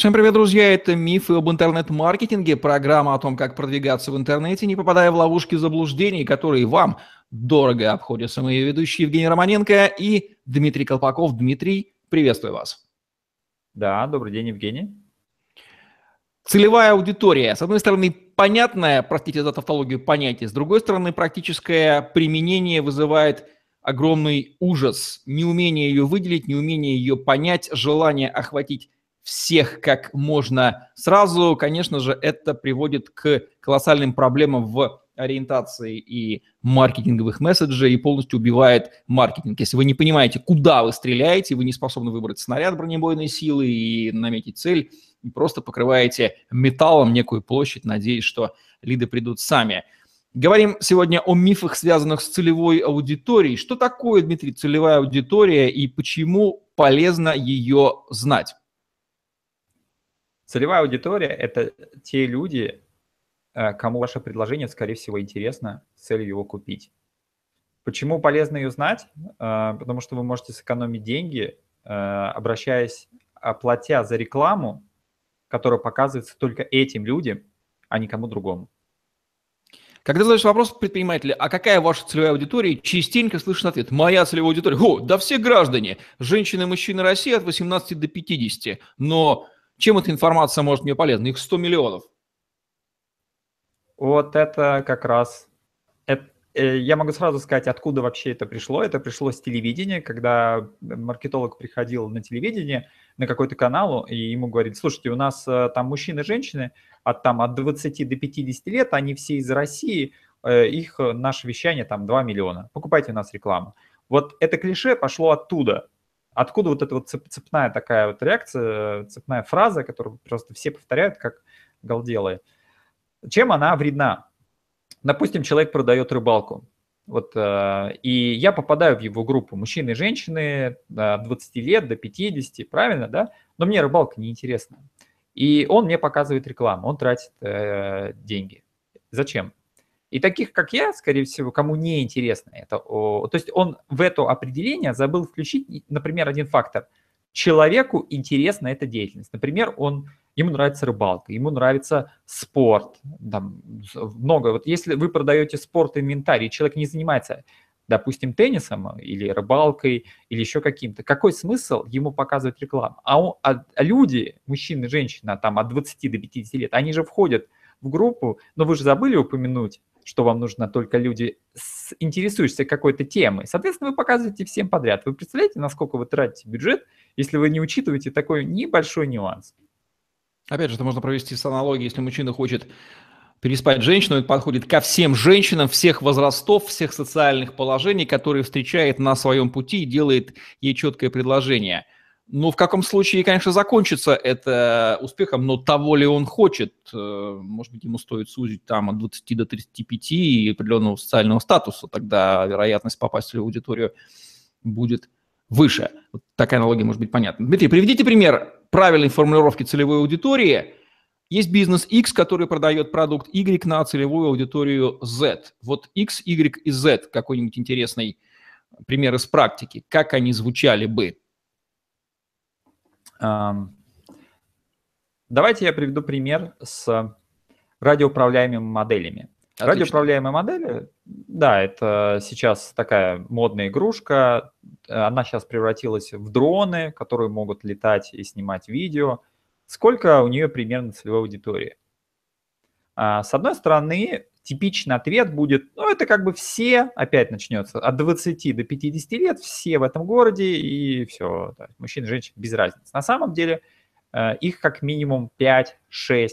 Всем привет, друзья! Это «Мифы об интернет-маркетинге», программа о том, как продвигаться в интернете, не попадая в ловушки заблуждений, которые вам дорого обходятся. Мои ведущие Евгений Романенко и Дмитрий Колпаков. Дмитрий, приветствую вас. Да, добрый день, Евгений. Целевая аудитория. С одной стороны, понятное, простите за тавтологию, понятие. С другой стороны, практическое применение вызывает огромный ужас. Неумение ее выделить, неумение ее понять, желание охватить всех как можно сразу. Конечно же, это приводит к колоссальным проблемам в ориентации и маркетинговых месседжей и полностью убивает маркетинг. Если вы не понимаете, куда вы стреляете, вы не способны выбрать снаряд бронебойной силы и наметить цель, и просто покрываете металлом некую площадь, надеясь, что лиды придут сами. Говорим сегодня о мифах, связанных с целевой аудиторией. Что такое, Дмитрий, целевая аудитория и почему полезно ее знать? Целевая аудитория – это те люди, кому ваше предложение, скорее всего, интересно, с целью его купить. Почему полезно ее знать? Потому что вы можете сэкономить деньги, платя за рекламу, которая показывается только этим людям, а никому другому. Когда задаешь вопрос предпринимателя, а какая ваша целевая аудитория, частенько слышен ответ: моя целевая аудитория. Да все граждане, женщины и мужчины России от 18 до 50. Но чем эта информация может мне полезна? Их 100 миллионов. Вот это как раз... Я могу сразу сказать, откуда вообще это пришло. Это пришло с телевидения, когда маркетолог приходил на телевидение, на какой-то канал, и ему говорит: слушайте, у нас там мужчины и женщины от 20 до 50 лет, они все из России, наше вещание там 2 миллиона. Покупайте у нас рекламу. Вот это клише пошло оттуда. Откуда вот эта вот цепная такая вот реакция, цепная фраза, которую просто все повторяют как галделые. Чем она вредна? Допустим, человек продает рыбалку, и я попадаю в его группу мужчины и женщины от 20 лет до 50, правильно, да? Но мне рыбалка неинтересна. И он мне показывает рекламу, он тратит деньги. Зачем? И таких, как я, скорее всего, кому не интересно это, то есть он в это определение забыл включить, например, один фактор. Человеку интересна эта деятельность. Например, ему нравится рыбалка, ему нравится спорт, там много. Вот если вы продаете спорт и инвентарь, и человек не занимается, допустим, теннисом или рыбалкой, или еще каким-то, какой смысл ему показывать рекламу? А люди, мужчины, женщины, там от 20 до 50 лет, они же входят в группу, но вы же забыли упомянуть, что вам нужно только люди, интересующиеся какой-то темой. Соответственно, вы показываете всем подряд. Вы представляете, насколько вы тратите бюджет, если вы не учитываете такой небольшой нюанс? Опять же, это можно провести с аналогией. Если мужчина хочет переспать женщину, это подходит ко всем женщинам всех возрастов, всех социальных положений, которые встречает на своем пути и делает ей четкое предложение. Ну, в каком случае, конечно, закончится это успехом, но того ли он хочет? Может быть, ему стоит сузить там от 20 до 35 и определенного социального статуса, тогда вероятность попасть в целевую аудиторию будет выше. Вот такая аналогия может быть понятна. Дмитрий, приведите пример правильной формулировки целевой аудитории. Есть бизнес X, который продает продукт Y на целевую аудиторию Z. Вот X, Y и Z, какой-нибудь интересный пример из практики. Как они звучали бы? Давайте я приведу пример с радиоуправляемыми моделями. Отлично. Радиоуправляемые модели, да, это сейчас такая модная игрушка. Она сейчас превратилась в дроны, которые могут летать и снимать видео. Сколько у нее примерно целевой аудитории? С одной стороны, типичный ответ будет: это как бы все, опять начнется, от 20 до 50 лет, все в этом городе, и все, да, мужчины, женщины, без разницы. На самом деле их как минимум 5-6.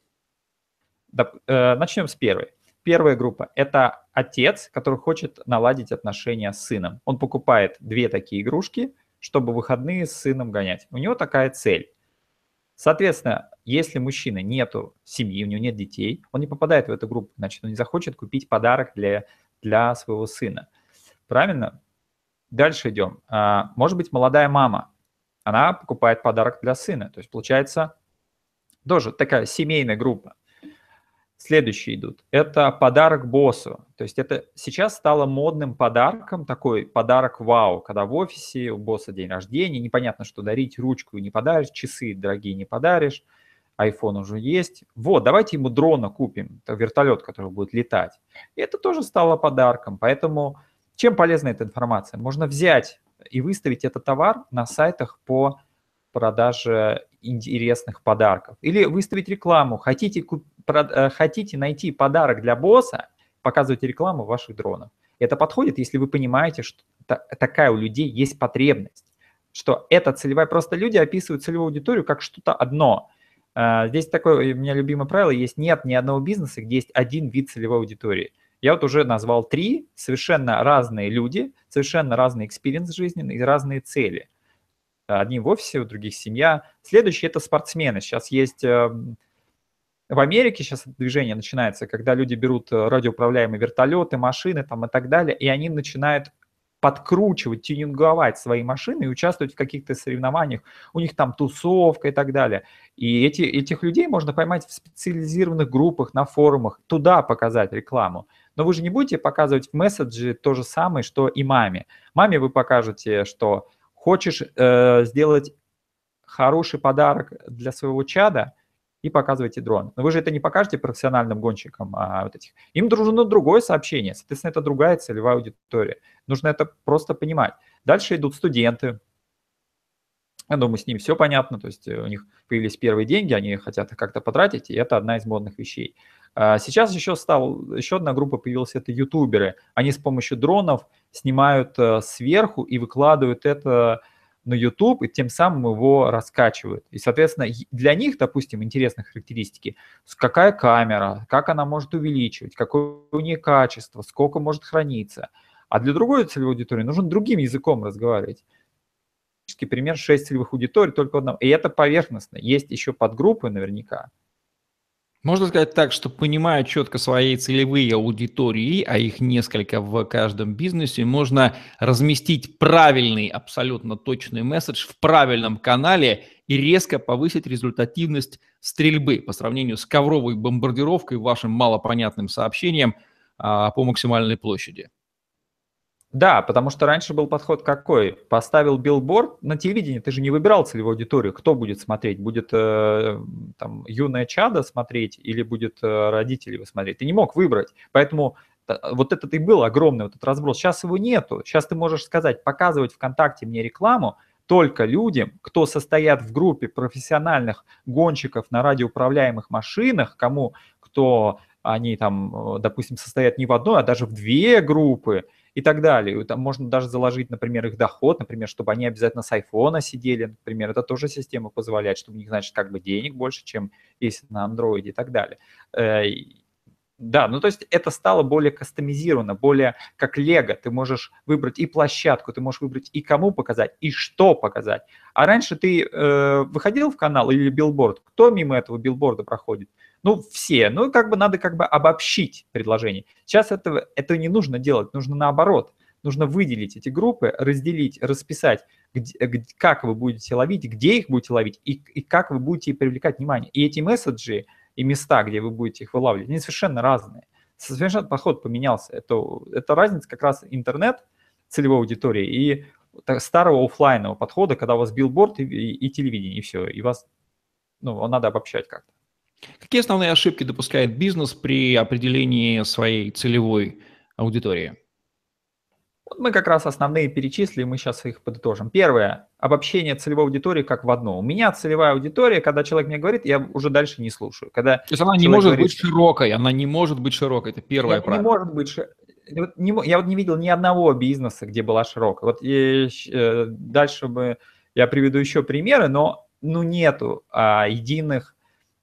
Начнем с первой. Первая группа – это отец, который хочет наладить отношения с сыном. Он покупает 2 такие игрушки, чтобы в выходные с сыном гонять. У него такая цель. Соответственно, если мужчина нету семьи, у него нет детей, он не попадает в эту группу, значит, он не захочет купить подарок для своего сына. Правильно? Дальше идем. Может быть, молодая мама, она покупает подарок для сына. То есть, получается, тоже такая семейная группа. Следующие идут. Это подарок боссу. То есть это сейчас стало модным подарком, такой подарок вау, когда в офисе у босса день рождения, непонятно, что дарить, ручку не подаришь, часы дорогие не подаришь, iPhone уже есть. Вот, давайте ему дрона купим, это вертолет, который будет летать. И это тоже стало подарком. Поэтому чем полезна эта информация? Можно взять и выставить этот товар на сайтах по продаже интересных подарков. Или выставить рекламу. Хотите найти подарок для босса, показывайте рекламу ваших дронов. Это подходит, если вы понимаете, что такая у людей есть потребность. Что это целевая... Просто люди описывают целевую аудиторию как что-то одно. Здесь такое у меня любимое правило. Нет ни одного бизнеса, где есть один вид целевой аудитории. Я вот уже назвал 3 совершенно разные люди, совершенно разный экспириенс жизненный и разные цели. Одни в офисе, у других семья. Следующий – это спортсмены. Сейчас есть в Америке сейчас движение начинается, когда люди берут радиоуправляемые вертолеты, машины там и так далее, и они начинают подкручивать, тюнинговать свои машины и участвовать в каких-то соревнованиях. У них там тусовка и так далее. И этих людей можно поймать в специализированных группах, на форумах, туда показать рекламу. Но вы же не будете показывать в месседже то же самое, что и маме. Маме вы покажете, что хочешь сделать хороший подарок для своего чада, и показывайте дрон. Но вы же это не покажете профессиональным гонщикам. Им нужно другое сообщение. Соответственно, это другая целевая аудитория. Нужно это просто понимать. Дальше идут студенты. Я думаю, с ним все понятно. То есть у них появились первые деньги, они хотят их как-то потратить, и это одна из модных вещей. Сейчас еще одна группа появилась, это ютуберы. Они с помощью дронов снимают сверху и выкладывают это на YouTube, и тем самым его раскачивают. И, соответственно, для них, допустим, интересные характеристики, какая камера, как она может увеличивать, какое у нее качество, сколько может храниться. А для другой целевой аудитории нужно другим языком разговаривать. Пример 6 целевых аудиторий только в одном. И это поверхностно. Есть еще подгруппы наверняка. Можно сказать так, что понимая четко свои целевые аудитории, а их несколько в каждом бизнесе, можно разместить правильный, абсолютно точный месседж в правильном канале и резко повысить результативность стрельбы по сравнению с ковровой бомбардировкой, вашим малопонятным сообщением по максимальной площади. Да, потому что раньше был подход какой? Поставил билборд на телевидении, ты же не выбирал целевую аудиторию, кто будет смотреть, будет там юное чадо смотреть или будет родители его смотреть. Ты не мог выбрать, поэтому вот это и был огромный вот этот разброс. Сейчас его нету. Сейчас ты можешь сказать, показывать ВКонтакте мне рекламу только людям, кто состоят в группе профессиональных гонщиков на радиоуправляемых машинах, кто они там, допустим, состоят не в одной, а даже в 2 группы, и так далее. Там можно даже заложить, например, их доход, например, чтобы они обязательно с айфона сидели, например. Это тоже система позволяет, чтобы у них, значит, как бы денег больше, чем если на андроиде и так далее. Да, ну то есть это стало более кастомизировано, более как лего. Ты можешь выбрать и площадку, ты можешь выбрать и кому показать, и что показать. А раньше ты выходил в канал или билборд, кто мимо этого билборда проходит? Ну, все. Ну, как бы надо как бы обобщить предложение. Сейчас это не нужно делать, нужно наоборот. Нужно выделить эти группы, разделить, расписать, как вы будете ловить, где их будете ловить и как вы будете привлекать внимание. И эти месседжи и места, где вы будете их вылавливать, они совершенно разные. Совершенно подход поменялся. Это разница как раз интернет, целевой аудитории и старого офлайнового подхода, когда у вас билборд и телевидение, и все. И вас, надо обобщать как-то. Какие основные ошибки допускает бизнес при определении своей целевой аудитории? Вот мы как раз основные перечислили, мы сейчас их подытожим. Первое. Обобщение целевой аудитории как в одно. У меня целевая аудитория, когда человек мне говорит, я уже дальше не слушаю. То есть она не может быть широкой, она не может быть широкой, это первое правило. Не может быть я вот не видел ни одного бизнеса, где была широкая. Вот дальше я приведу еще примеры, но нету единых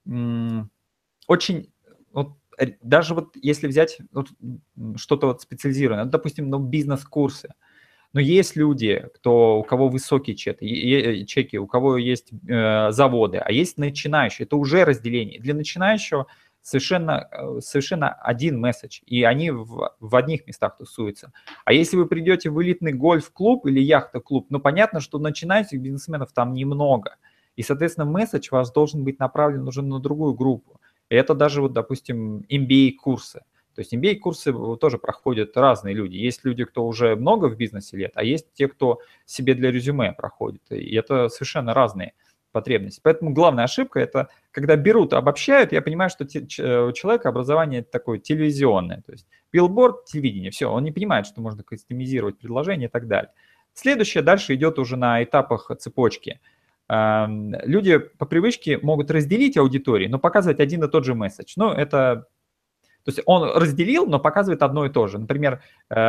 очень, даже вот если взять что-то специализированное, допустим, бизнес-курсы, но есть люди, у кого высокие чеки, у кого есть заводы, а есть начинающие, это уже разделение. Для начинающего совершенно один месседж, и они в одних местах тусуются. А если вы придете в элитный гольф-клуб или яхта-клуб, понятно, что начинающих бизнесменов там немного. И, соответственно, месседж ваш должен быть направлен уже на другую группу. И это даже, вот, допустим, MBA-курсы. То есть MBA-курсы тоже проходят разные люди. Есть люди, кто уже много в бизнесе лет, а есть те, кто себе для резюме проходит. И это совершенно разные потребности. Поэтому главная ошибка – это когда берут, обобщают, я понимаю, что у человека образование такое телевизионное. То есть билборд, телевидение, все, он не понимает, что можно кастомизировать предложение и так далее. Следующее дальше идет уже на этапах цепочки. Люди по привычке могут разделить аудитории, но показывать один и тот же месседж. Ну, это... То есть он разделил, но показывает одно и то же. Например,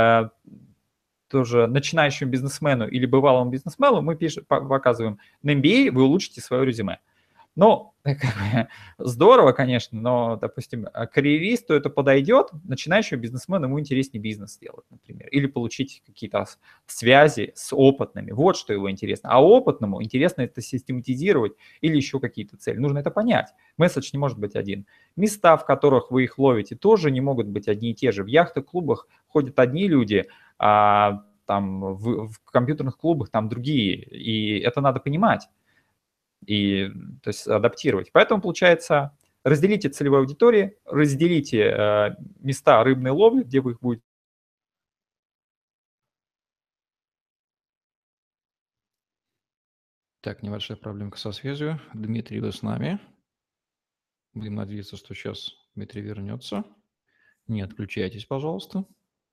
тоже начинающему бизнесмену или бывалому бизнесмену мы показываем, на MBA вы улучшите свое резюме. Ну, здорово, конечно, но, допустим, карьеристу это подойдет, начинающему бизнесмену ему интереснее бизнес делать, например, или получить какие-то связи с опытными. Вот что его интересно. А опытному интересно это систематизировать или еще какие-то цели. Нужно это понять. Месседж не может быть один. Места, в которых вы их ловите, тоже не могут быть одни и те же. В яхт-клубах ходят одни люди, а там в компьютерных клубах там другие. И это надо понимать. И, то есть, адаптировать. Поэтому, получается, разделите целевые аудитории, разделите места рыбной ловли, где вы их будете. Так, небольшая проблемка со связью. Дмитрий, вы с нами? Будем надеяться, что сейчас Дмитрий вернется. Не отключайтесь, пожалуйста.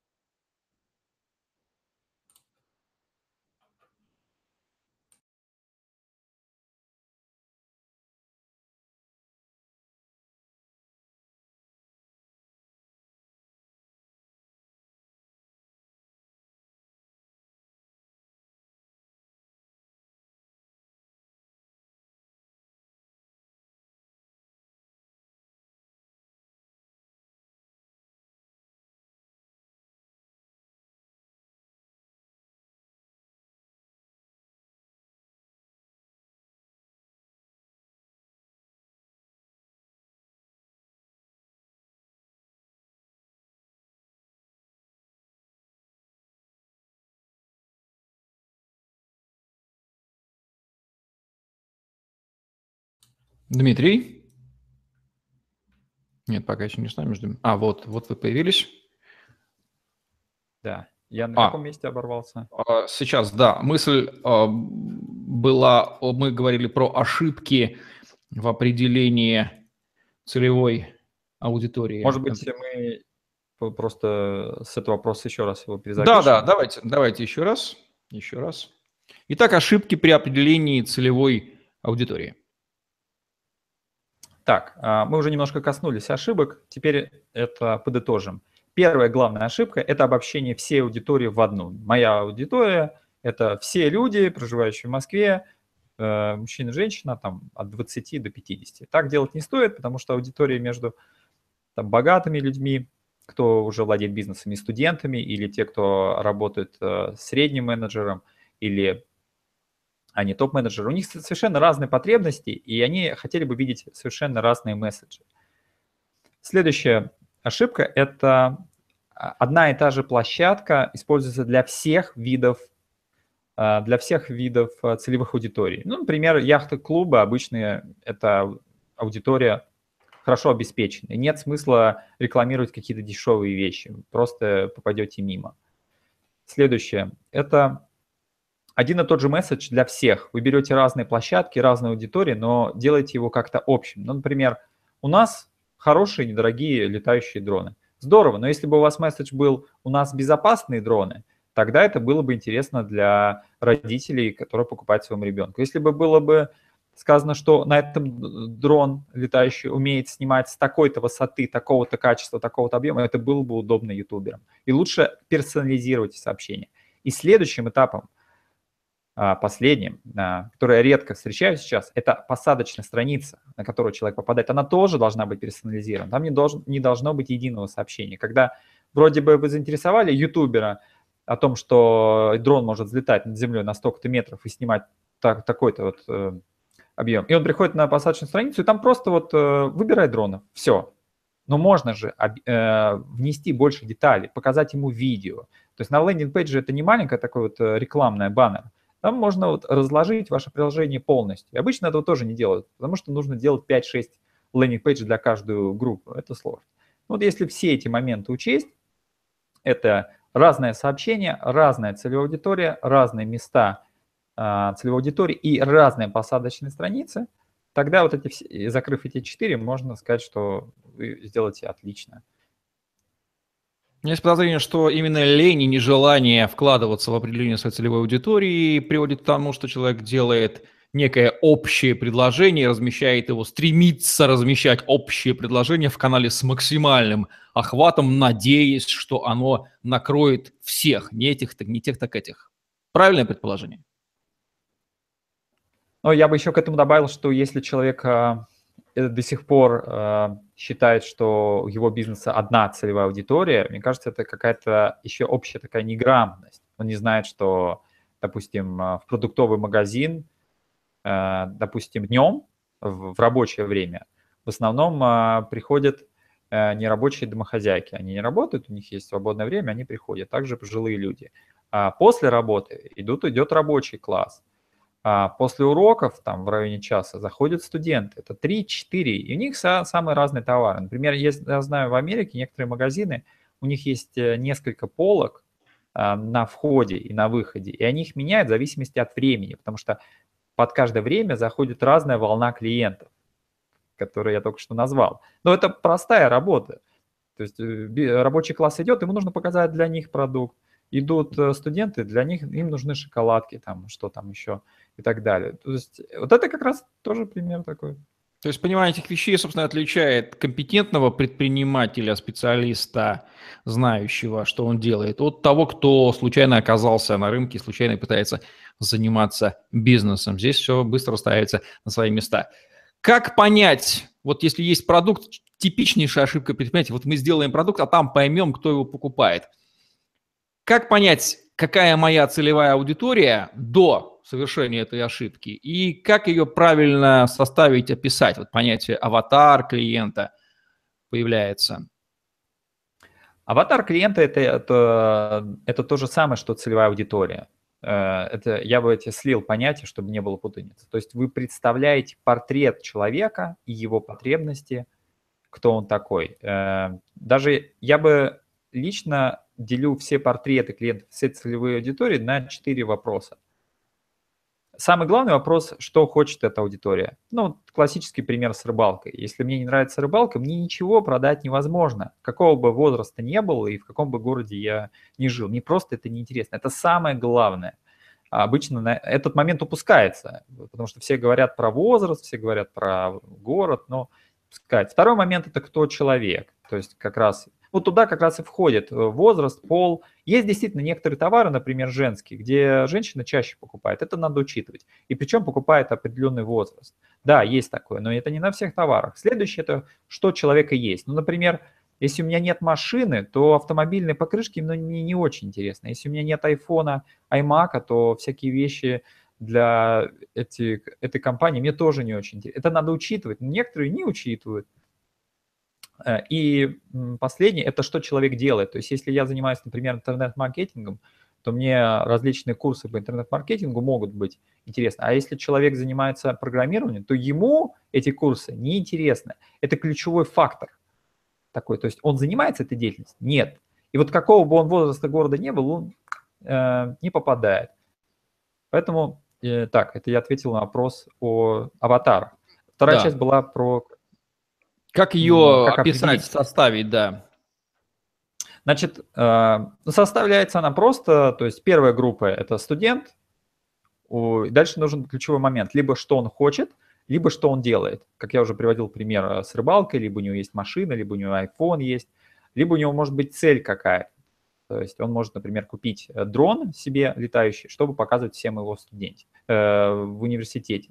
Дмитрий? Нет, пока еще не с нами ждем. А, вот вы появились. Да. Я на каком месте оборвался? Сейчас, да. Мысль была, мы говорили про ошибки в определении целевой аудитории. Может быть, мы просто с этого вопроса еще раз его перезапишем? Да, давайте еще раз. Итак, ошибки при определении целевой аудитории. Так, мы уже немножко коснулись ошибок, теперь это подытожим. Первая главная ошибка – это обобщение всей аудитории в одну. Моя аудитория – это все люди, проживающие в Москве, мужчина и женщина, там, от 20 до 50. Так делать не стоит, потому что аудитория между там, богатыми людьми, кто уже владеет бизнесами, и студентами, или те, кто работает средним менеджером, или они топ-менеджеры, у них совершенно разные потребности, и они хотели бы видеть совершенно разные месседжи. Следующая ошибка – это одна и та же площадка используется для всех видов целевых аудиторий. Ну, например, яхты-клубы обычно это аудитория хорошо обеспеченная. Нет смысла рекламировать какие-то дешевые вещи, просто попадете мимо. Следующее – это один и тот же месседж для всех. Вы берете разные площадки, разные аудитории, но делаете его как-то общим. Ну, например, у нас хорошие, недорогие летающие дроны. Здорово, но если бы у вас месседж был «у нас безопасные дроны», тогда это было бы интересно для родителей, которые покупают своему ребенку. Если бы было бы сказано, что на этом дрон летающий умеет снимать с такой-то высоты, такого-то качества, такого-то объема, это было бы удобно ютуберам. И лучше персонализировать сообщения. И следующим этапом, последним, которое я редко встречаю сейчас, это посадочная страница, на которую человек попадает. Она тоже должна быть персонализирована. Там не должно быть единого сообщения. Когда вроде бы вы заинтересовали ютубера о том, что дрон может взлетать над землей на столько-то метров и снимать такой-то вот объем, и он приходит на посадочную страницу, и там просто вот выбирай дрона, все. Но можно же внести больше деталей, показать ему видео. То есть на лендинг-пейдже это не маленькая такой вот рекламная баннер. Там можно вот разложить ваше приложение полностью. И обычно этого тоже не делают, потому что нужно делать 5-6 лендинг-пейдж для каждую группу. Это сложно. Вот если все эти моменты учесть, это разное сообщение, разная целевая аудитория, разные места целевой аудитории и разные посадочные страницы, тогда вот эти все, закрыв эти 4, можно сказать, что вы сделаете отлично. У меня есть подозрение, что именно лень и нежелание вкладываться в определение своей целевой аудитории приводит к тому, что человек делает некое общее предложение, размещает его, стремится размещать общее предложение в канале с максимальным охватом, надеясь, что оно накроет всех, не этих, не тех, так этих. Правильное предположение? Но я бы еще к этому добавил, что если человек до сих пор считает, что у его бизнеса одна целевая аудитория, мне кажется, это какая-то еще общая такая неграмотность. Он не знает, что, допустим, в продуктовый магазин, допустим, днем в рабочее время в основном приходят нерабочие домохозяйки. Они не работают, у них есть свободное время, они приходят. Также пожилые люди. А после работы идет рабочий класс. А после уроков, там в районе часа, заходят студенты. Это 3-4, и у них самые разные товары. Например, я знаю, в Америке некоторые магазины, у них есть несколько полок на входе и на выходе, и они их меняют в зависимости от времени, потому что под каждое время заходит разная волна клиентов, которые я только что назвал. Но это простая работа. То есть рабочий класс идет, ему нужно показать для них продукт. Идут студенты, для них им нужны шоколадки, там, что там еще и так далее. То есть вот это как раз тоже пример такой. То есть понимание этих вещей, собственно, отличает компетентного предпринимателя, специалиста, знающего, что он делает, от того, кто случайно оказался на рынке, случайно пытается заниматься бизнесом. Здесь все быстро ставится на свои места. Как понять, вот если есть продукт, типичнейшая ошибка предпринимателя, вот мы сделаем продукт, а там поймем, кто его покупает. Как понять, какая моя целевая аудитория до совершения этой ошибки и как ее правильно составить, описать? Вот понятие аватар клиента появляется. Аватар клиента это то же самое, что целевая аудитория. Это я бы эти слил понятия, чтобы не было путаницы. То есть вы представляете портрет человека и его потребности, кто он такой. Даже я бы лично делю все портреты клиентов, все целевые аудитории на 4 вопроса. Самый главный вопрос, что хочет эта аудитория. Ну, классический пример с рыбалкой. Если мне не нравится рыбалка, мне ничего продать невозможно. Какого бы возраста не было и в каком бы городе я ни жил. Мне просто это неинтересно. Это самое главное. А обычно на этот момент упускается, потому что все говорят про возраст, все говорят про город, но упускается. Второй момент – это кто человек. То есть как раз вот туда как раз и входит возраст, пол. Есть действительно некоторые товары, например, женские, где женщина чаще покупает. Это надо учитывать. И причем покупает определенный возраст. Да, есть такое, но это не на всех товарах. Следующее – это что человека есть. Ну, например, если у меня нет машины, то автомобильные покрышки мне не очень интересны. Если у меня нет айфона, аймака, то всякие вещи для этой компании мне тоже не очень интересны. Это надо учитывать. Но некоторые не учитывают. И последнее – это что человек делает. То есть если я занимаюсь, например, интернет-маркетингом, то мне различные курсы по интернет-маркетингу могут быть интересны. А если человек занимается программированием, то ему эти курсы не интересны. Это ключевой фактор такой. То есть он занимается этой деятельностью? Нет. И вот какого бы он возраста города не был, он не попадает. Поэтому так, это я ответил на вопрос о аватарах. Вторая часть была про… Как ее как описать, определить. составить, да. Значит, составляется она просто, то есть первая группа – это студент, дальше нужен ключевой момент, либо что он хочет, либо что он делает. Как я уже приводил пример с рыбалкой, либо у него есть машина, либо у него iPhone есть, либо у него может быть цель какая-то. То есть он может, например, купить дрон себе летающий, чтобы показывать всем его в университете.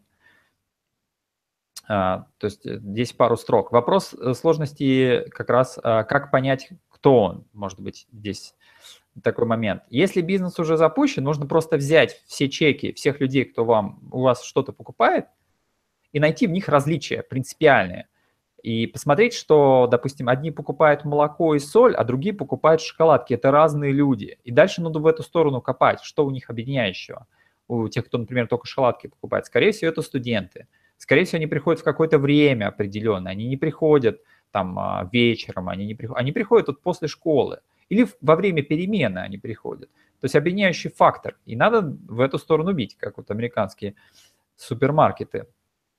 То есть здесь пару строк. Вопрос сложности как раз, как понять, кто он, может быть, здесь такой момент. Если бизнес уже запущен, нужно просто взять все чеки всех людей, кто у вас что-то покупает, и найти в них различия принципиальные. И посмотреть, что, допустим, одни покупают молоко и соль, а другие покупают шоколадки. Это разные люди. И дальше надо в эту сторону копать, что у них объединяющего. У тех, кто, например, только шоколадки покупает. Скорее всего, это студенты. Скорее всего, они приходят в какое-то время определенное, они не приходят там вечером, они приходят вот после школы или во время перемены они приходят. То есть объединяющий фактор, и надо в эту сторону бить, как вот американские супермаркеты.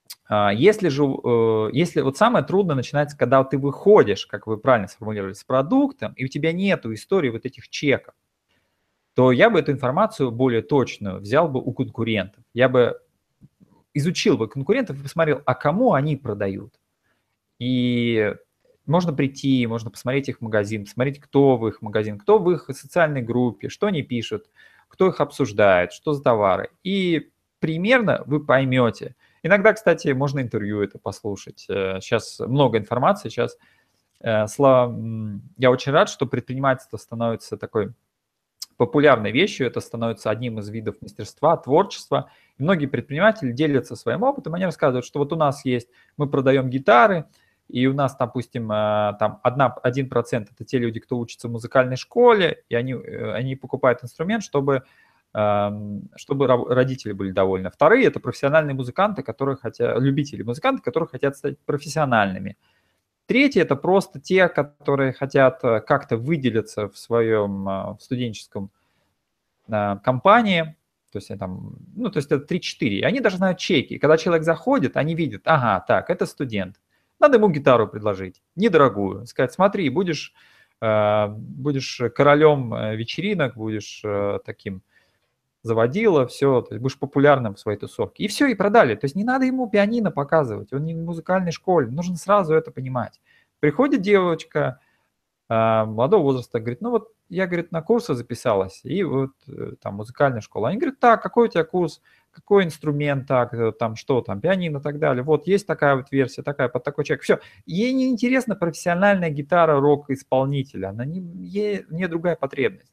Если вот самое трудное начинается, когда ты выходишь, как вы правильно сформулировали, с продуктом, и у тебя нету истории вот этих чеков, то я бы эту информацию более точную взял бы у конкурентов. Я бы изучил бы конкурентов и посмотрел, а кому они продают. И можно прийти, можно посмотреть их магазин, посмотреть, кто в их магазин, кто в их социальной группе, что они пишут, кто их обсуждает, что за товары. И примерно вы поймете. Иногда, кстати, можно интервью это послушать. Сейчас много информации. Сейчас я очень рад, что предпринимательство становится такой популярной вещью, это становится одним из видов мастерства, творчества. И многие предприниматели делятся своим опытом, они рассказывают, что вот у нас есть, мы продаем гитары, и у нас, допустим, там 1% это те люди, кто учится в музыкальной школе, и они покупают инструмент, чтобы родители были довольны. Вторые – это профессиональные музыканты, любители музыканты, которые хотят стать профессиональными. Третье – это просто те, которые хотят как-то выделиться в своем студенческом компании, то есть, то есть это 3-4. Они даже знают чеки. Когда человек заходит, они видят, ага, так, это студент. Надо ему гитару предложить, недорогую. Сказать, смотри, будешь королем вечеринок, будешь таким заводила, все, то есть будешь популярным в своей тусовке. И все, и продали. То есть не надо ему пианино показывать, он не в музыкальной школе, нужно сразу это понимать. Приходит девочка молодого возраста, говорит, ну вот я, говорит, на курсы записалась, и вот там музыкальная школа. Они говорят, так, какой у тебя курс, какой инструмент, так, там что там, пианино и так далее. Вот есть такая вот версия, такая, под такой человек. Все. Ей не интересна профессиональная гитара рок-исполнителя, ей другая потребность.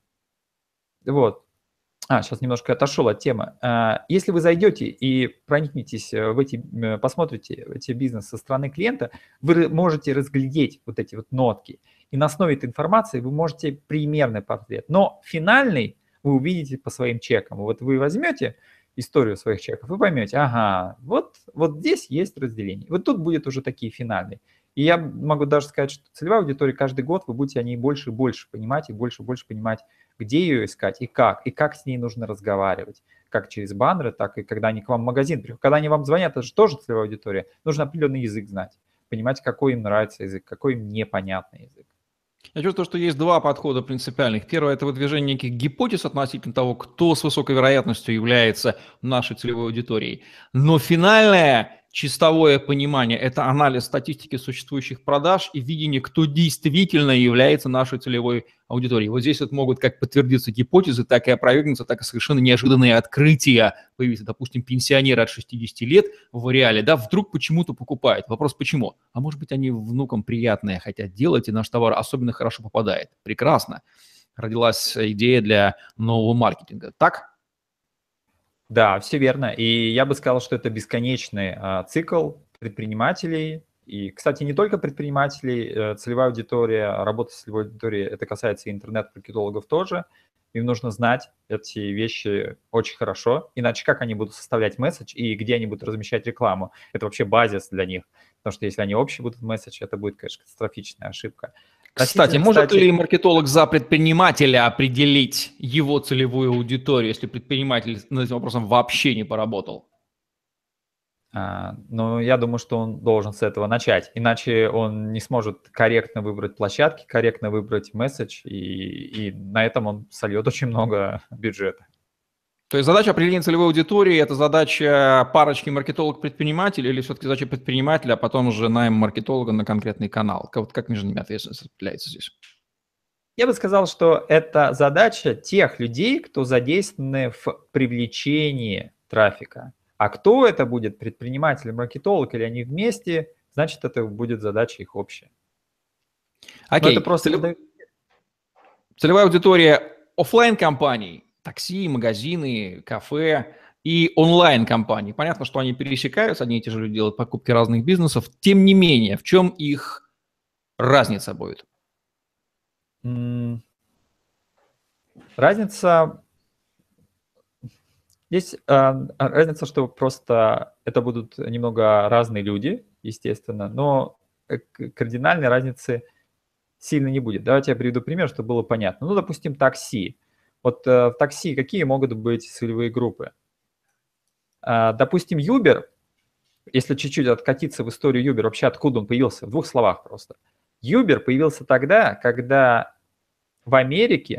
Вот. Сейчас немножко отошел от темы. Если вы зайдете и проникнетесь посмотрите эти бизнес со стороны клиента, вы можете разглядеть вот эти вот нотки. И на основе этой информации вы можете примерный портрет. Но финальный вы увидите по своим чекам. Вот вы возьмете историю своих чеков, вы поймете, ага, вот здесь есть разделение. Вот тут будет уже такие финальные. И я могу даже сказать, что целевая аудитория каждый год вы будете о ней больше и больше понимать, и больше понимать, где ее искать и как с ней нужно разговаривать. Как через баннеры, так и когда они к вам в магазин приходят. Когда они вам звонят, это же тоже целевая аудитория. Нужно определенный язык знать, понимать, какой им нравится язык, какой им непонятный язык. Я чувствую, что есть два подхода принципиальных. Первое – это выдвижение неких гипотез относительно того, кто с высокой вероятностью является нашей целевой аудиторией. Но финальное чистовое понимание – это анализ статистики существующих продаж и видение, кто действительно является нашей целевой аудиторией. Вот здесь вот могут как подтвердиться гипотезы, так и опровергнуться, так и совершенно неожиданные открытия появиться. Допустим, пенсионеры от 60 лет в реале, да, вдруг почему-то покупают. Вопрос, почему? А может быть, они внукам приятное хотят делать, и наш товар особенно хорошо попадает. Прекрасно. Родилась идея для нового маркетинга. Так? Да, все верно. И я бы сказал, что это бесконечный цикл предпринимателей. И, кстати, не только предпринимателей, целевая аудитория, работа с целевой аудиторией, это касается и интернет-маркетологов тоже. Им нужно знать эти вещи очень хорошо, иначе как они будут составлять месседж и где они будут размещать рекламу? Это вообще базис для них, потому что если они общий будут месседж, это будет, конечно, катастрофичная ошибка. Кстати, может ли маркетолог за предпринимателя определить его целевую аудиторию, если предприниматель над этим вопросом вообще не поработал? Но я думаю, что он должен с этого начать, иначе он не сможет корректно выбрать площадки, корректно выбрать месседж, и на этом он сольет очень много бюджета. То есть задача определения целевой аудитории – это задача парочки маркетолог-предприниматель или все-таки задача предпринимателя, а потом уже найм маркетолога на конкретный канал? Как между ними ответственность распределяется здесь? Я бы сказал, что это задача тех людей, кто задействованы в привлечении трафика. А кто это будет, предприниматель, маркетолог или они вместе, значит, это будет задача их общая. Окей. Это просто... Целевая аудитория офлайн-компаний, такси, магазины, кафе и онлайн-компании. Понятно, что они пересекаются, одни и те же люди делают покупки разных бизнесов. Тем не менее, в чем их разница будет? Разница Здесь разница, что просто это будут немного разные люди, естественно, но кардинальной разницы сильно не будет. Давайте я приведу пример, чтобы было понятно. Ну, допустим, такси. Вот в такси какие могут быть целевые группы? Допустим, Uber, если чуть-чуть откатиться в историю Uber, вообще откуда он появился, в двух словах просто. Uber появился тогда, когда в Америке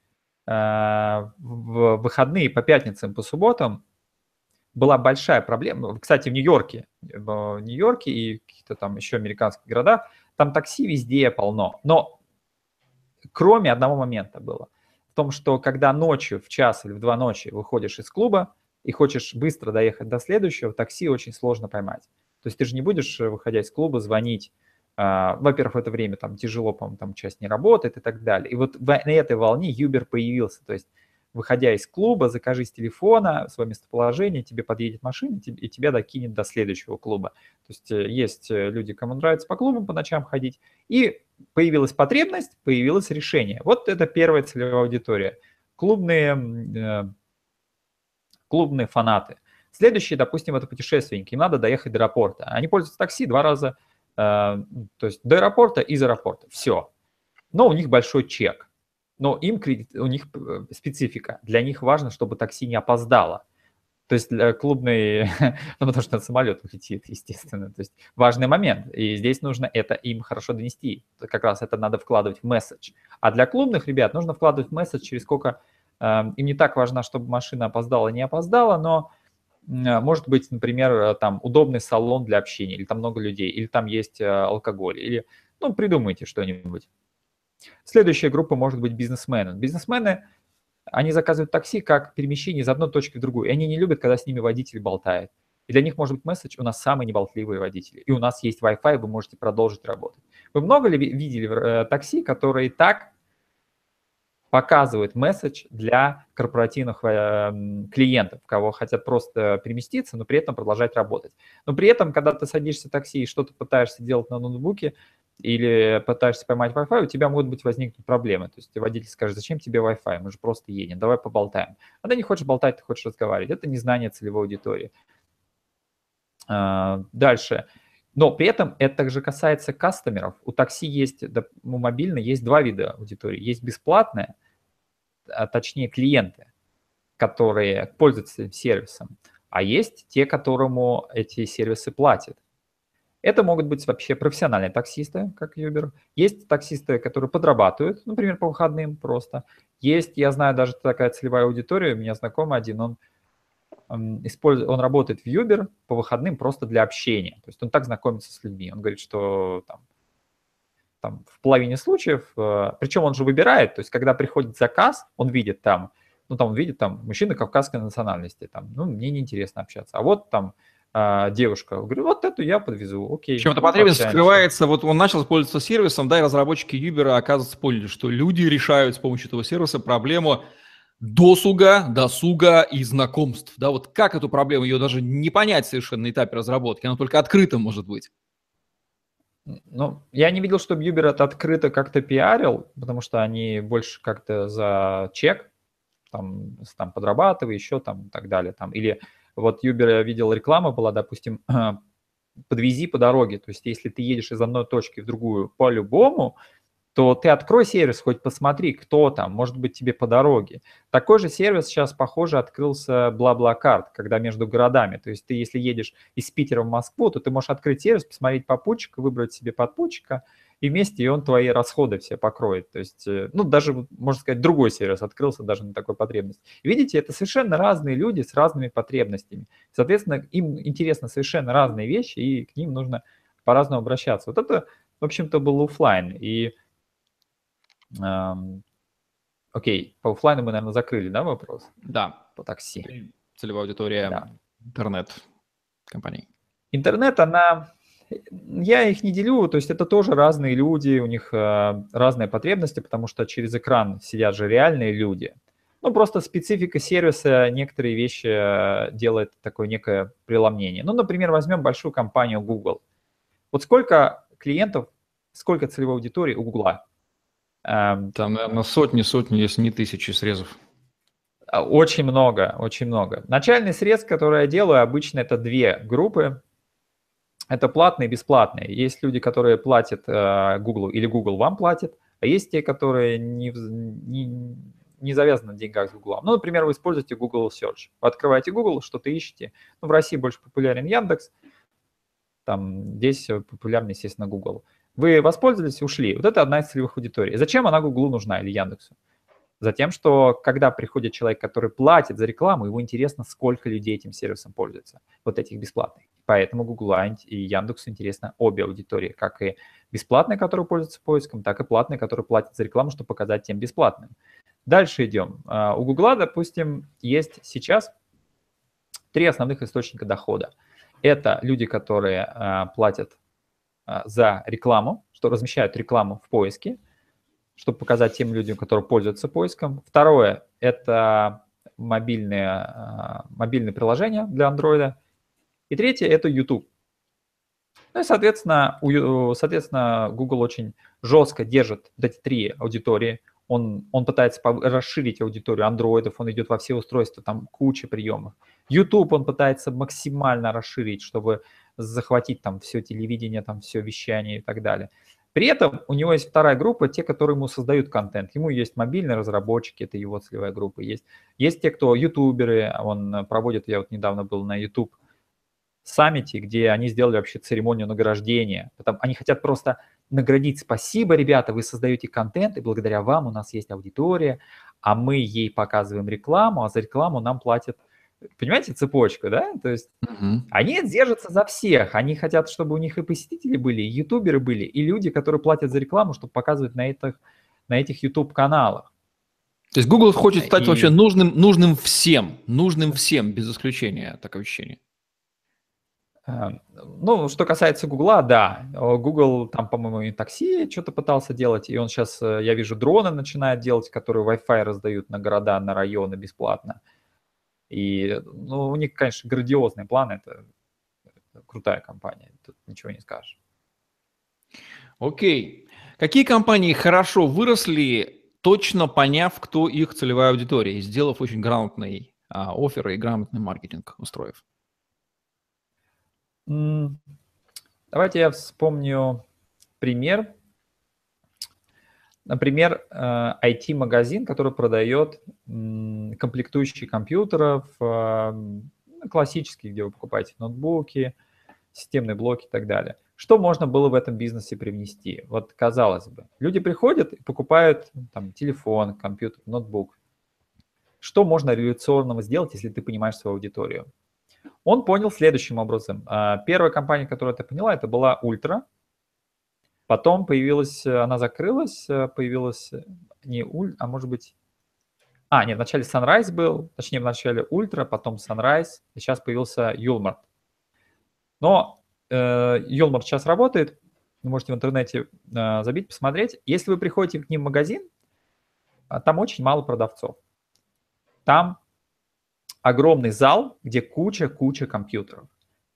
в выходные по пятницам, по субботам была большая проблема. Кстати, в Нью-Йорке и каких-то там еще американских городах, там такси везде полно. Но кроме одного момента было. В том, что когда ночью, в час или в 2 ночи выходишь из клуба и хочешь быстро доехать до следующего, такси очень сложно поймать. То есть ты же не будешь, выходя из клуба, звонить. Во-первых, в это время там тяжело, по-моему, там часть не работает и так далее. И вот на этой волне Uber появился. То есть выходя из клуба, закажи с телефона свое местоположение, тебе подъедет машина и тебя докинет до следующего клуба. То есть люди, кому нравится по клубам по ночам ходить, и появилась потребность, появилось решение. Вот это первая целевая аудитория. Клубные фанаты. Следующие, допустим, это путешественники. Им надо доехать до аэропорта. Они пользуются такси 2 раза, то есть до аэропорта, из аэропорта. Все. Но у них большой чек. Но у них специфика. Для них важно, чтобы такси не опоздало. То есть клубный, ну, потому что самолет летит, естественно. То есть важный момент. И здесь нужно это им хорошо донести. Как раз это надо вкладывать в месседж. А для клубных ребят нужно вкладывать в месседж, через сколько им не так важно, чтобы машина опоздала, не опоздала, но может быть, например, там удобный салон для общения, или там много людей, или там есть алкоголь, или, ну, придумайте что-нибудь. Следующая группа может быть бизнесмены. Бизнесмены, они заказывают такси как перемещение из одной точки в другую, и они не любят, когда с ними водитель болтает. И для них может быть месседж: у нас самые неболтливые водители, и у нас есть Wi-Fi, вы можете продолжить работать. Вы много ли видели такси, которые так показывают месседж для корпоративных клиентов, кого хотят просто переместиться, но при этом продолжать работать. Но при этом, когда ты садишься в такси и что-то пытаешься делать на ноутбуке или пытаешься поймать Wi-Fi, у тебя могут быть возникнуть проблемы. То есть водитель скажет: зачем тебе Wi-Fi, мы же просто едем, давай поболтаем. А ты не хочешь болтать, ты хочешь разговаривать. Это незнание целевой аудитории. Дальше. Но при этом это также касается кастомеров. У такси есть, у мобильной есть 2 вида аудитории. Есть бесплатная, а точнее клиенты, которые пользуются этим сервисом, а есть те, которому эти сервисы платят. Это могут быть вообще профессиональные таксисты, как Uber. Есть таксисты, которые подрабатывают, например, по выходным просто. Есть, я знаю, даже такая целевая аудитория, у меня знакомый один, он работает в Uber по выходным просто для общения. То есть он так знакомится с людьми. Он говорит, что там в половине случаев, причем он же выбирает, то есть когда приходит заказ, он видит там, мужчина кавказской национальности, мне неинтересно общаться. А вот там девушка, говорю, вот эту я подвезу, окей. Причем эта потребность скрывается, вот он начал пользоваться сервисом, да, и разработчики Uber, оказывается, поняли, что люди решают с помощью этого сервиса проблему досуга и знакомств. Да, вот как эту проблему, ее даже не понять совершенно на этапе разработки, она только открыта может быть. Ну, я не видел, чтобы Uber это открыто как-то пиарил, потому что они больше как-то за чек, там подрабатывай, еще там и так далее. Там. Или вот Uber, я видел, реклама была, допустим, подвези по дороге. То есть если ты едешь из одной точки в другую по-любому, то ты открой сервис, хоть посмотри, кто там, может быть, тебе по дороге. Такой же сервис сейчас, похоже, открылся BlaBlaCar, когда между городами. То есть ты, если едешь из Питера в Москву, то ты можешь открыть сервис, посмотреть попутчика, выбрать себе попутчика, и вместе и он твои расходы все покроет. То есть, даже, можно сказать, другой сервис открылся даже на такой потребность. Видите, это совершенно разные люди с разными потребностями. Соответственно, им интересны совершенно разные вещи, и к ним нужно по-разному обращаться. Вот это, в общем-то, был офлайн. И окей, по оффлайну мы, наверное, закрыли, да, вопрос? Да. По такси. Целевая аудитория интернет-компаний. Интернет, я их не делю, то есть это тоже разные люди, у них разные потребности, потому что через экран сидят же реальные люди. Ну, просто специфика сервиса некоторые вещи делает такое некое преломнение. Ну, например, возьмем большую компанию Google. Вот сколько клиентов, сколько целевой аудитории у Google? Там, наверное, сотни, если не тысячи срезов. Очень много, очень много. Начальный срез, который я делаю, обычно это две группы. Это платные и бесплатные. Есть люди, которые платят Google, или Google вам платит, а есть те, которые не завязаны на деньгах с Google. Ну, например, вы используете Google Search. Вы открываете Google, что-то ищете. Ну, в России больше популярен Яндекс, там здесь популярнее, естественно, Google. Вы воспользовались, ушли. Вот это одна из целевых аудиторий. Зачем она Google нужна или Яндексу? Затем, что когда приходит человек, который платит за рекламу, ему интересно, сколько людей этим сервисом пользуются, вот этих бесплатных. Поэтому Google и Яндексу интересно обе аудитории, как и бесплатные, которые пользуются поиском, так и платные, которые платят за рекламу, чтобы показать тем бесплатным. Дальше идем. У Google, допустим, есть сейчас 3 основных источника дохода. Это люди, которые платят за рекламу, что размещают рекламу в поиске, чтобы показать тем людям, которые пользуются поиском. Второе – это мобильные приложения для Android. И третье – это YouTube. Ну и, соответственно, Google очень жестко держит вот эти 3 аудитории. Он пытается расширить аудиторию андроидов, он идет во все устройства, там куча приемов. YouTube он пытается максимально расширить, чтобы захватить там все телевидение, там все вещание и так далее. При этом у него есть вторая группа, те, которые ему создают контент. Ему есть мобильные разработчики, это его целевая группа. Есть те, кто ютуберы, он проводит, я вот недавно был на YouTube саммите, где они сделали вообще церемонию награждения. Они хотят просто наградить. Спасибо, ребята, вы создаете контент, и благодаря вам у нас есть аудитория, а мы ей показываем рекламу, а за рекламу нам платят. Понимаете, цепочку, да? То есть они держатся за всех. Они хотят, чтобы у них и посетители были, и ютуберы были, и люди, которые платят за рекламу, чтобы показывать на этих YouTube-каналах. То есть Google хочет стать вообще нужным всем, без исключения, такое ощущение. Ну, что касается Гугла, да. Google там, по-моему, и такси что-то пытался делать, и он сейчас, я вижу, дроны начинает делать, которые Wi-Fi раздают на города, на районы бесплатно. И, ну, у них, конечно, грандиозные планы, это крутая компания, тут ничего не скажешь. Окей. Какие компании хорошо выросли, точно поняв, кто их целевая аудитория, и сделав очень грамотный оффер и грамотный маркетинг устроив? Давайте я вспомню пример. Например, IT-магазин, который продает комплектующие компьютеров, классические, где вы покупаете ноутбуки, системные блоки и так далее. Что можно было в этом бизнесе привнести? Вот казалось бы, люди приходят и покупают там телефон, компьютер, ноутбук. Что можно революционного сделать, если ты понимаешь свою аудиторию? Он понял следующим образом. Первая компания, которая это поняла, это была Ультра. Потом она закрылась, появилась не Ультра, а может быть... нет, вначале Sunrise был, точнее, вначале Ультра, потом Sunrise, и сейчас появился Юлмарт. Но Юлмарт сейчас работает, вы можете в интернете забить, посмотреть. Если вы приходите к ним в магазин, там очень мало продавцов. Там огромный зал, где куча компьютеров.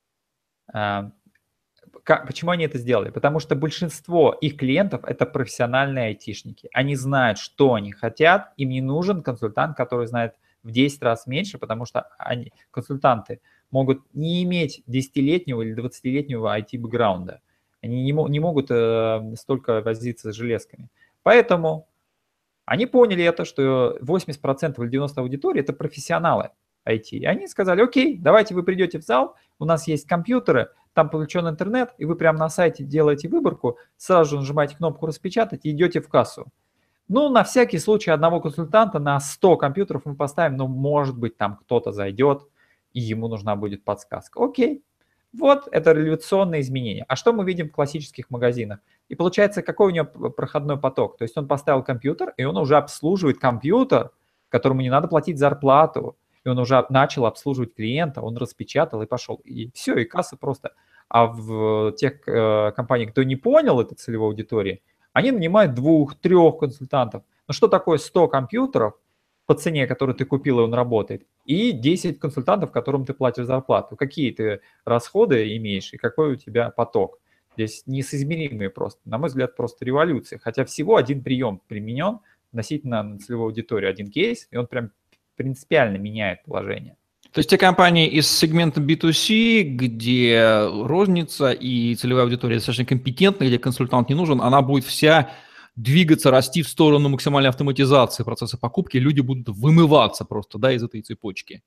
Почему они это сделали? Потому что большинство их клиентов – это профессиональные айтишники. Они знают, что они хотят, им не нужен консультант, который знает в 10 раз меньше, потому что консультанты могут не иметь 10-летнего или 20-летнего IT-бэкграунда. Они не могут столько возиться с железками. Поэтому они поняли это, что 80% или 90% аудитории – это профессионалы IT. И они сказали: окей, давайте вы придете в зал, у нас есть компьютеры, там подключен интернет, и вы прямо на сайте делаете выборку, сразу же нажимаете кнопку «Распечатать» и идете в кассу. Ну, на всякий случай одного консультанта на 100 компьютеров мы поставим, но может быть там кто-то зайдет, и ему нужна будет подсказка. Окей, вот это революционное изменение. А что мы видим в классических магазинах? И получается, какой у него проходной поток? То есть он поставил компьютер, и он уже обслуживает компьютер, которому не надо платить зарплату, и он уже начал обслуживать клиента, он распечатал и пошел. И все, и касса просто. А в тех компаниях, кто не понял этой целевой аудитории, они нанимают 2-3 консультантов. Ну что такое 100 компьютеров по цене, которую ты купил, и он работает, и 10 консультантов, которым ты платишь зарплату? Какие ты расходы имеешь и какой у тебя поток? Здесь несоизмеримые просто. На мой взгляд, просто революция. Хотя всего один прием применен относительно целевой аудитории, один кейс, и он прям принципиально меняет положение. То есть те компании из сегмента B2C, где розница и целевая аудитория достаточно компетентна, где консультант не нужен, она будет вся двигаться, расти в сторону максимальной автоматизации процесса покупки, люди будут вымываться просто, да, из этой цепочки.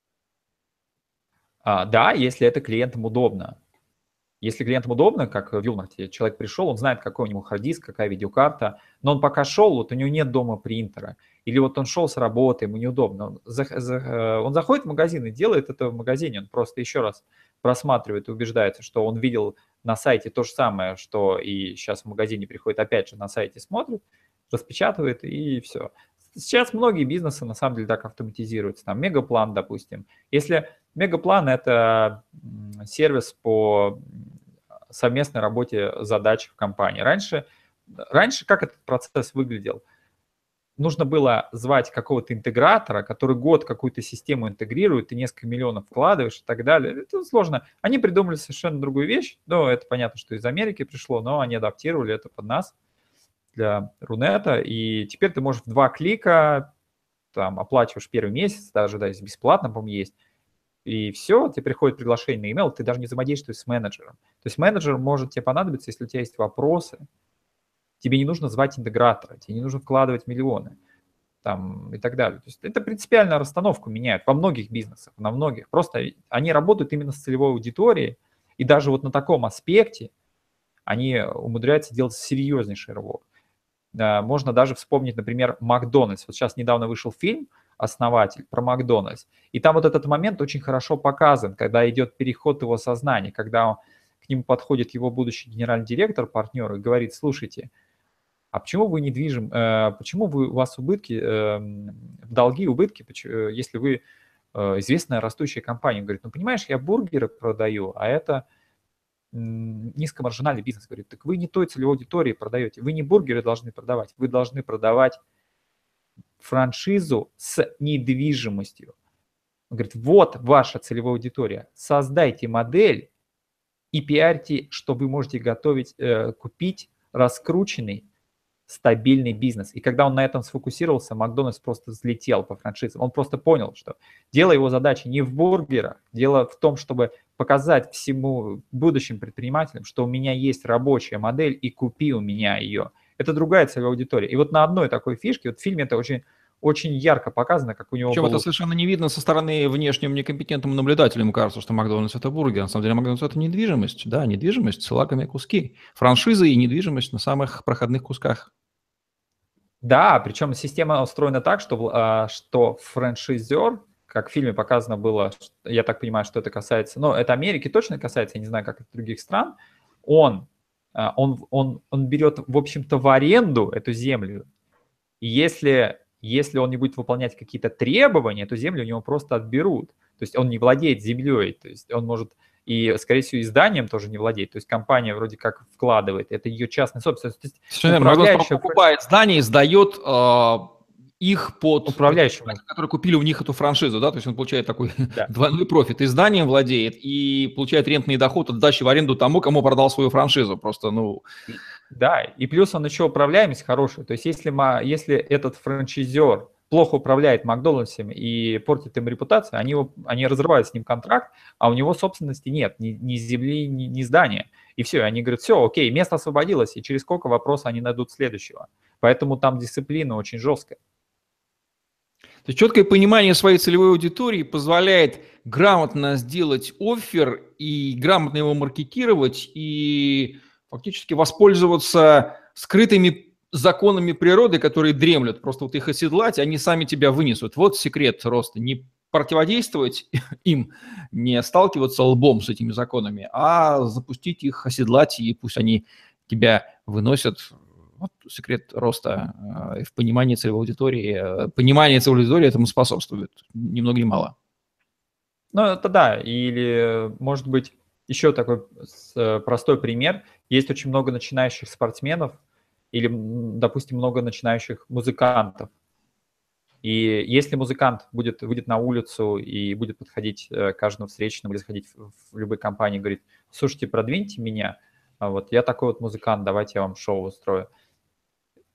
Да, если это клиентам удобно. Если клиентам удобно, как в Юлмарте, человек пришел, он знает, какой у него хард-диск, какая видеокарта, но он пока шел, вот у него нет дома принтера, или вот он шел с работы, ему неудобно. Он заходит в магазин и делает это в магазине, он просто еще раз просматривает и убеждается, что он видел на сайте то же самое, что и сейчас в магазине приходит, опять же, на сайте смотрит, распечатывает и все. Сейчас многие бизнесы на самом деле так автоматизируются. Там Мегаплан, допустим. Если Мегаплан – это сервис по совместной работе задач в компании. Раньше как этот процесс выглядел? Нужно было звать какого-то интегратора, который год какую-то систему интегрирует, ты несколько миллионов вкладываешь и так далее. Это сложно. Они придумали совершенно другую вещь. Ну, это понятно, что из Америки пришло, но они адаптировали это под нас для Рунета. И теперь ты можешь в 2 клика, там, оплачиваешь первый месяц, даже да, бесплатно, по-моему, есть, и все, тебе приходит приглашение на email, ты даже не взаимодействуешь с менеджером. То есть менеджер может тебе понадобиться, если у тебя есть вопросы. Тебе не нужно звать интегратора, тебе не нужно вкладывать миллионы там, и так далее. То есть это принципиально расстановку меняет во многих бизнесах, на многих. Просто они работают именно с целевой аудиторией, и даже вот на таком аспекте они умудряются делать серьезнейший рывок. Можно даже вспомнить, например, Макдональдс. Вот сейчас недавно вышел фильм «Основатель» про Макдональдс. И там вот этот момент очень хорошо показан, когда идет переход его сознания, когда к нему подходит его будущий генеральный директор, партнер, и говорит: слушайте, а почему вы почему у вас убытки, долги, убытки, если вы известная растущая компания? Он говорит: ну, понимаешь, я бургеры продаю, а это низкомаржинальный бизнес. Говорит: так вы не той целевой аудитории продаете, вы не бургеры должны продавать, вы должны продавать франшизу с недвижимостью. Он говорит: вот ваша целевая аудитория, создайте модель и пиарьте, что вы можете купить раскрученный стабильный бизнес. И когда он на этом сфокусировался, Макдональдс просто взлетел по франшизам. Он просто понял, что дело его задачи не в бургерах, дело в том, чтобы показать всему будущим предпринимателям, что у меня есть рабочая модель, и купи у меня ее. Это другая целевая аудитория. И вот на одной такой фишке, вот в фильме это очень, очень ярко показано, как у него Причем был... это совершенно не видно со стороны внешним некомпетентным наблюдателям. Ему кажется, что Макдональдс – это бургер. На самом деле Макдональдс – это недвижимость. Да, недвижимость с лакомые куски. Франшизы и недвижимость на самых проходных кусках. Да, причем система устроена так, что франшизер, как в фильме показано было, я так понимаю, что это касается, но это Америки точно касается, я не знаю, как это других стран, он берет, в общем-то, в аренду эту землю, и если он не будет выполнять какие-то требования, эту землю у него просто отберут. То есть он не владеет землей, то есть он может и, скорее всего, и зданием тоже не владеет. То есть компания вроде как вкладывает, это ее частная собственность. То есть Макдональдс покупает здание и сдает их под управляющему, которые купили у них эту франшизу, да, то есть он получает такой да. двойной профит, и зданием владеет, и получает рентный доход от сдачи в аренду тому, кому продал свою франшизу, просто, ну... Да, и плюс он еще управляемость хорошая, то есть если этот франчайзер плохо управляет Макдональдсом и портит им репутацию, они разрывают с ним контракт, а у него собственности нет, ни земли, ни здания. И все, они говорят: все, окей, место освободилось, и через сколько вопросов они найдут следующего. Поэтому там дисциплина очень жесткая. То есть четкое понимание своей целевой аудитории позволяет грамотно сделать оффер и грамотно его маркетировать и фактически воспользоваться скрытыми законами природы, которые дремлют. Просто вот их оседлать, они сами тебя вынесут. Вот секрет роста. Не противодействовать им, не сталкиваться лбом с этими законами, а запустить их, оседлать, и пусть они тебя выносят. Вот секрет роста в понимании целевой аудитории. Понимание целевой аудитории этому способствует, ни много ни мало. Ну, это да. Или, может быть, еще такой простой пример. Есть очень много начинающих спортсменов или, допустим, много начинающих музыкантов. И если музыкант выйдет на улицу и будет подходить к каждому встречному или заходить в любой компании и говорит: слушайте, продвиньте меня, вот я такой вот музыкант, давайте я вам шоу устрою.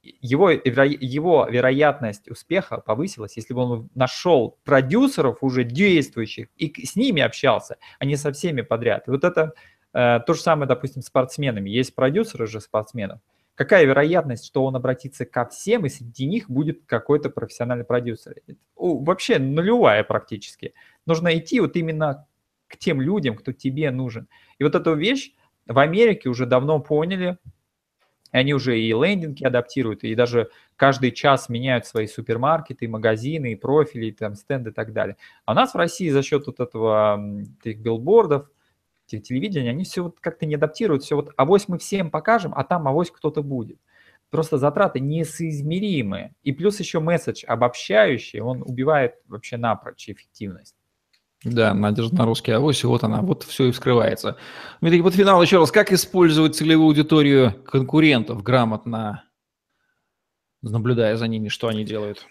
его вероятность успеха повысилась, если бы он нашел продюсеров уже действующих и с ними общался, а не со всеми подряд. И вот это то же самое, допустим, с спортсменами. Есть продюсеры же спортсменов. Какая вероятность, что он обратится ко всем, и среди них будет какой-то профессиональный продюсер? Вообще нулевая практически. Нужно идти вот именно к тем людям, кто тебе нужен. И вот эту вещь в Америке уже давно поняли. Они уже и лендинги адаптируют, и даже каждый час меняют свои супермаркеты, магазины, и профили, и там стенды и так далее. А у нас в России за счет вот этого, этих билбордов, телевидения, они все вот как-то не адаптируют, все вот авось мы всем покажем, а там авось кто-то будет. Просто затраты несоизмеримые. И плюс еще месседж обобщающий, он убивает вообще напрочь эффективность. Да, надежда на русский авось, и вот она, вот все и вскрывается. Дмитрий, под финал еще раз, как использовать целевую аудиторию конкурентов грамотно, наблюдая за ними, что они делают?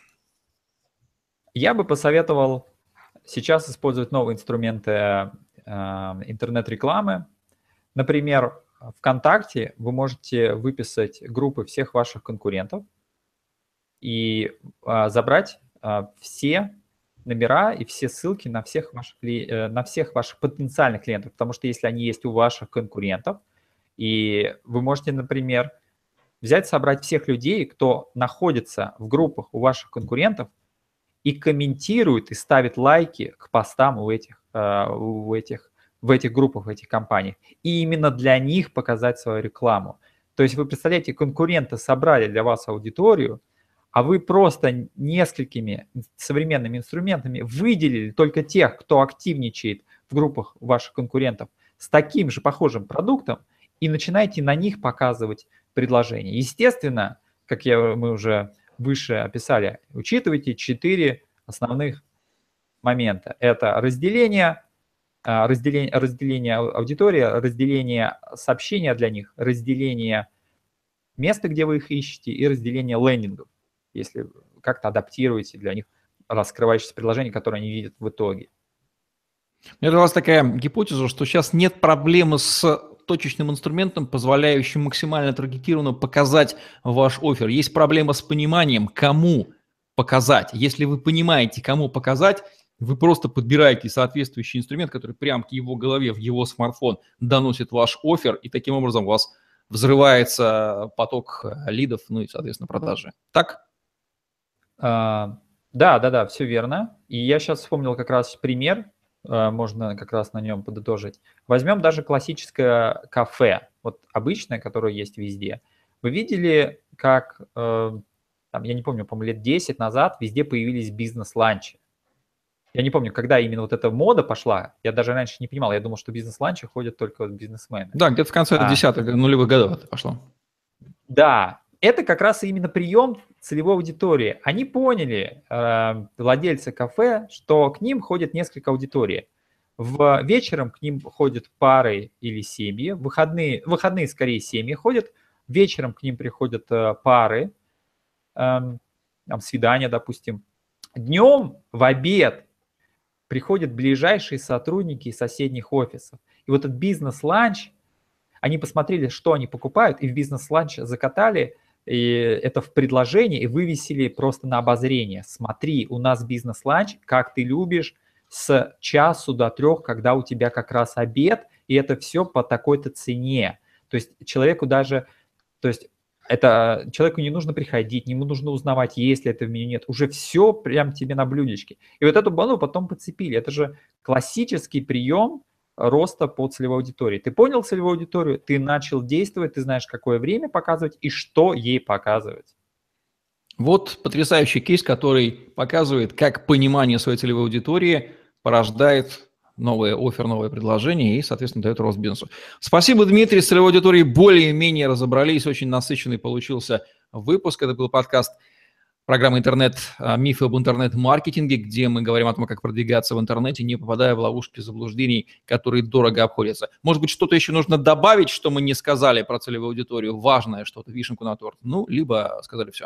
Я бы посоветовал сейчас использовать новые инструменты интернет-рекламы. Например, ВКонтакте вы можете выписать группы всех ваших конкурентов и забрать все номера и все ссылки на всех ваших потенциальных клиентов, потому что если они есть у ваших конкурентов, и вы можете, например, взять, собрать всех людей, кто находится в группах у ваших конкурентов, и комментирует, и ставит лайки к постам в этих группах, в этих компаниях. И именно для них показать свою рекламу. То есть вы представляете, конкуренты собрали для вас аудиторию, а вы просто несколькими современными инструментами выделили только тех, кто активничает в группах ваших конкурентов с таким же похожим продуктом, и начинаете на них показывать предложения. Естественно, как мы уже выше описали, учитывайте 4 основных момента. Это разделение аудитории, разделение сообщения для них, разделение места, где вы их ищете, и разделение лендингов, если как-то адаптируете для них раскрывающиеся предложения, которые они видят в итоге. У меня для вас такая гипотеза, что сейчас нет проблемы с точечным инструментом, позволяющим максимально таргетированно показать ваш оффер. Есть проблема с пониманием, кому показать. Если вы понимаете, кому показать, вы просто подбираете соответствующий инструмент, который прямо к его голове, в его смартфон доносит ваш оффер, и таким образом у вас взрывается поток лидов, ну и, соответственно, продажи. Так? Да, все верно. И я сейчас вспомнил как раз пример, можно как раз на нем подытожить. Возьмем даже классическое кафе, вот обычное, которое есть везде. Вы видели, как, там, я не помню, по-моему, лет 10 назад везде появились бизнес-ланчи. Я не помню, когда именно вот эта мода пошла. Я даже раньше не понимал. Я думал, что бизнес-ланчи ходят только бизнесмены. Да, где-то в конце 10-х, нулевых годов это пошло. Да, это как раз именно прием целевой аудитории. Они поняли, владельцы кафе, что к ним ходит несколько аудиторий. Вечером к ним ходят пары или семьи, в выходные скорее семьи ходят, вечером к ним приходят пары, там, свидания, допустим. Днем в обед приходят ближайшие сотрудники из соседних офисов. И вот этот бизнес-ланч, они посмотрели, что они покупают, и в бизнес-ланч закатали, и это в предложение, и вывесили просто на обозрение. Смотри, у нас бизнес-ланч, как ты любишь, с часу до 3, когда у тебя как раз обед, и это все по такой-то цене. То есть человеку не нужно приходить, ему нужно узнавать, есть ли это в меню, нет. Уже все прям тебе на блюдечке. И вот эту бану потом подцепили. Это же классический прием роста по целевой аудитории. Ты понял целевую аудиторию, ты начал действовать, ты знаешь, какое время показывать и что ей показывать. Вот потрясающий кейс, который показывает, как понимание своей целевой аудитории порождает новый оффер, новое предложение и, соответственно, дает рост бизнесу. Спасибо, Дмитрий. С целевой аудиторией более-менее разобрались. Очень насыщенный получился выпуск. Это был подкаст программы «Интернет. Мифы об интернет-маркетинге», где мы говорим о том, как продвигаться в интернете, не попадая в ловушки заблуждений, которые дорого обходятся. Может быть, что-то еще нужно добавить, что мы не сказали про целевую аудиторию, важное что-то, вишенку на торт, либо сказали все.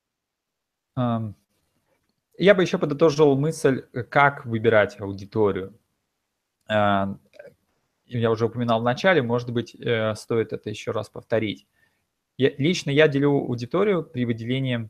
Я бы еще подытожил мысль, как выбирать аудиторию. Я уже упоминал в начале, может быть, стоит это еще раз повторить. Лично я делю аудиторию при выделении,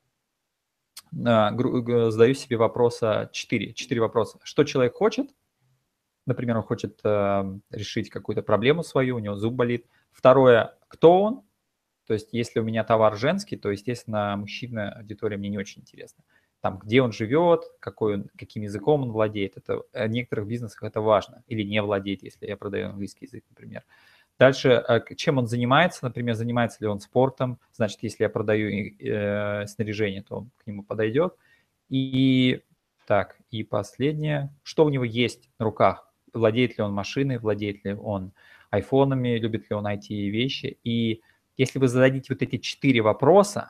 задаю себе вопроса 4 вопроса. Что человек хочет? Например, он хочет решить какую-то проблему свою, у него зуб болит. Второе, кто он? То есть если у меня товар женский, то, естественно, мужчина, аудитория мне не очень интересна. Там, где он живет, каким языком он владеет. Это в некоторых бизнесах это важно. Или не владеет, если я продаю английский язык, например. Дальше, чем он занимается, например, занимается ли он спортом. Значит, если я продаю снаряжение, то он к нему подойдет. И последнее, что у него есть на руках. Владеет ли он машиной, владеет ли он айфонами, любит ли он IT-вещи. И если вы зададите вот эти 4 вопроса,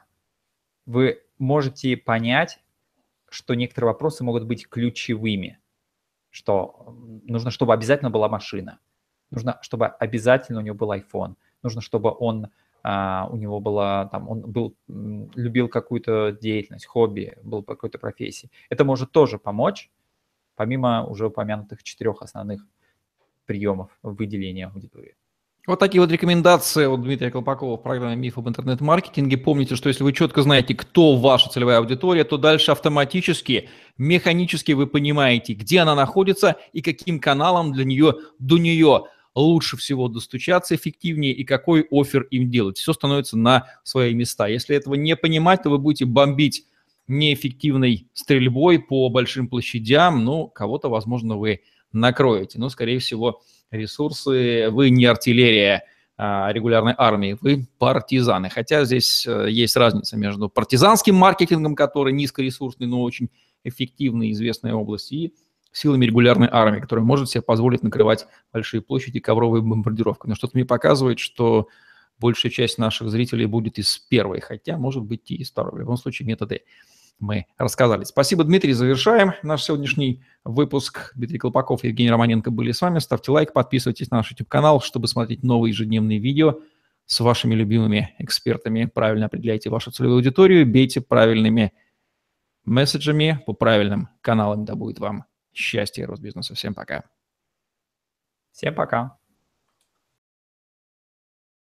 вы можете понять, что некоторые вопросы могут быть ключевыми, что нужно, чтобы обязательно была машина, нужно, чтобы обязательно у него был iPhone, нужно, чтобы у него было, любил какую-то деятельность, хобби, был по какой-то профессии. Это может тоже помочь, помимо уже упомянутых 4 основных приемов выделения аудитории. Вот такие вот рекомендации от Дмитрия Колпакова в программе «Миф об интернет-маркетинге». Помните, что если вы четко знаете, кто ваша целевая аудитория, то дальше автоматически, механически вы понимаете, где она находится и каким каналом до нее лучше всего достучаться эффективнее и какой оффер им делать. Все становится на свои места. Если этого не понимать, то вы будете бомбить неэффективной стрельбой по большим площадям. Ну, кого-то, возможно, вы накроете. Но, скорее всего, ресурсы, вы не артиллерия регулярной армии, вы партизаны. Хотя здесь есть разница между партизанским маркетингом, который низкоресурсный, но очень эффективный, известная область, и силами регулярной армии, которая может себе позволить накрывать большие площади ковровой бомбардировкой. Но что-то мне показывает, что большая часть наших зрителей будет из первой, хотя, может быть, и из второй. В любом случае, методы мы рассказали. Спасибо, Дмитрий. Завершаем наш сегодняшний выпуск. Дмитрий Колпаков и Евгений Романенко были с вами. Ставьте лайк, подписывайтесь на наш YouTube-канал, чтобы смотреть новые ежедневные видео с вашими любимыми экспертами. Правильно определяйте вашу целевую аудиторию, бейте правильными месседжами по правильным каналам. Да будет вам счастья и рост бизнеса. Всем пока. Всем пока.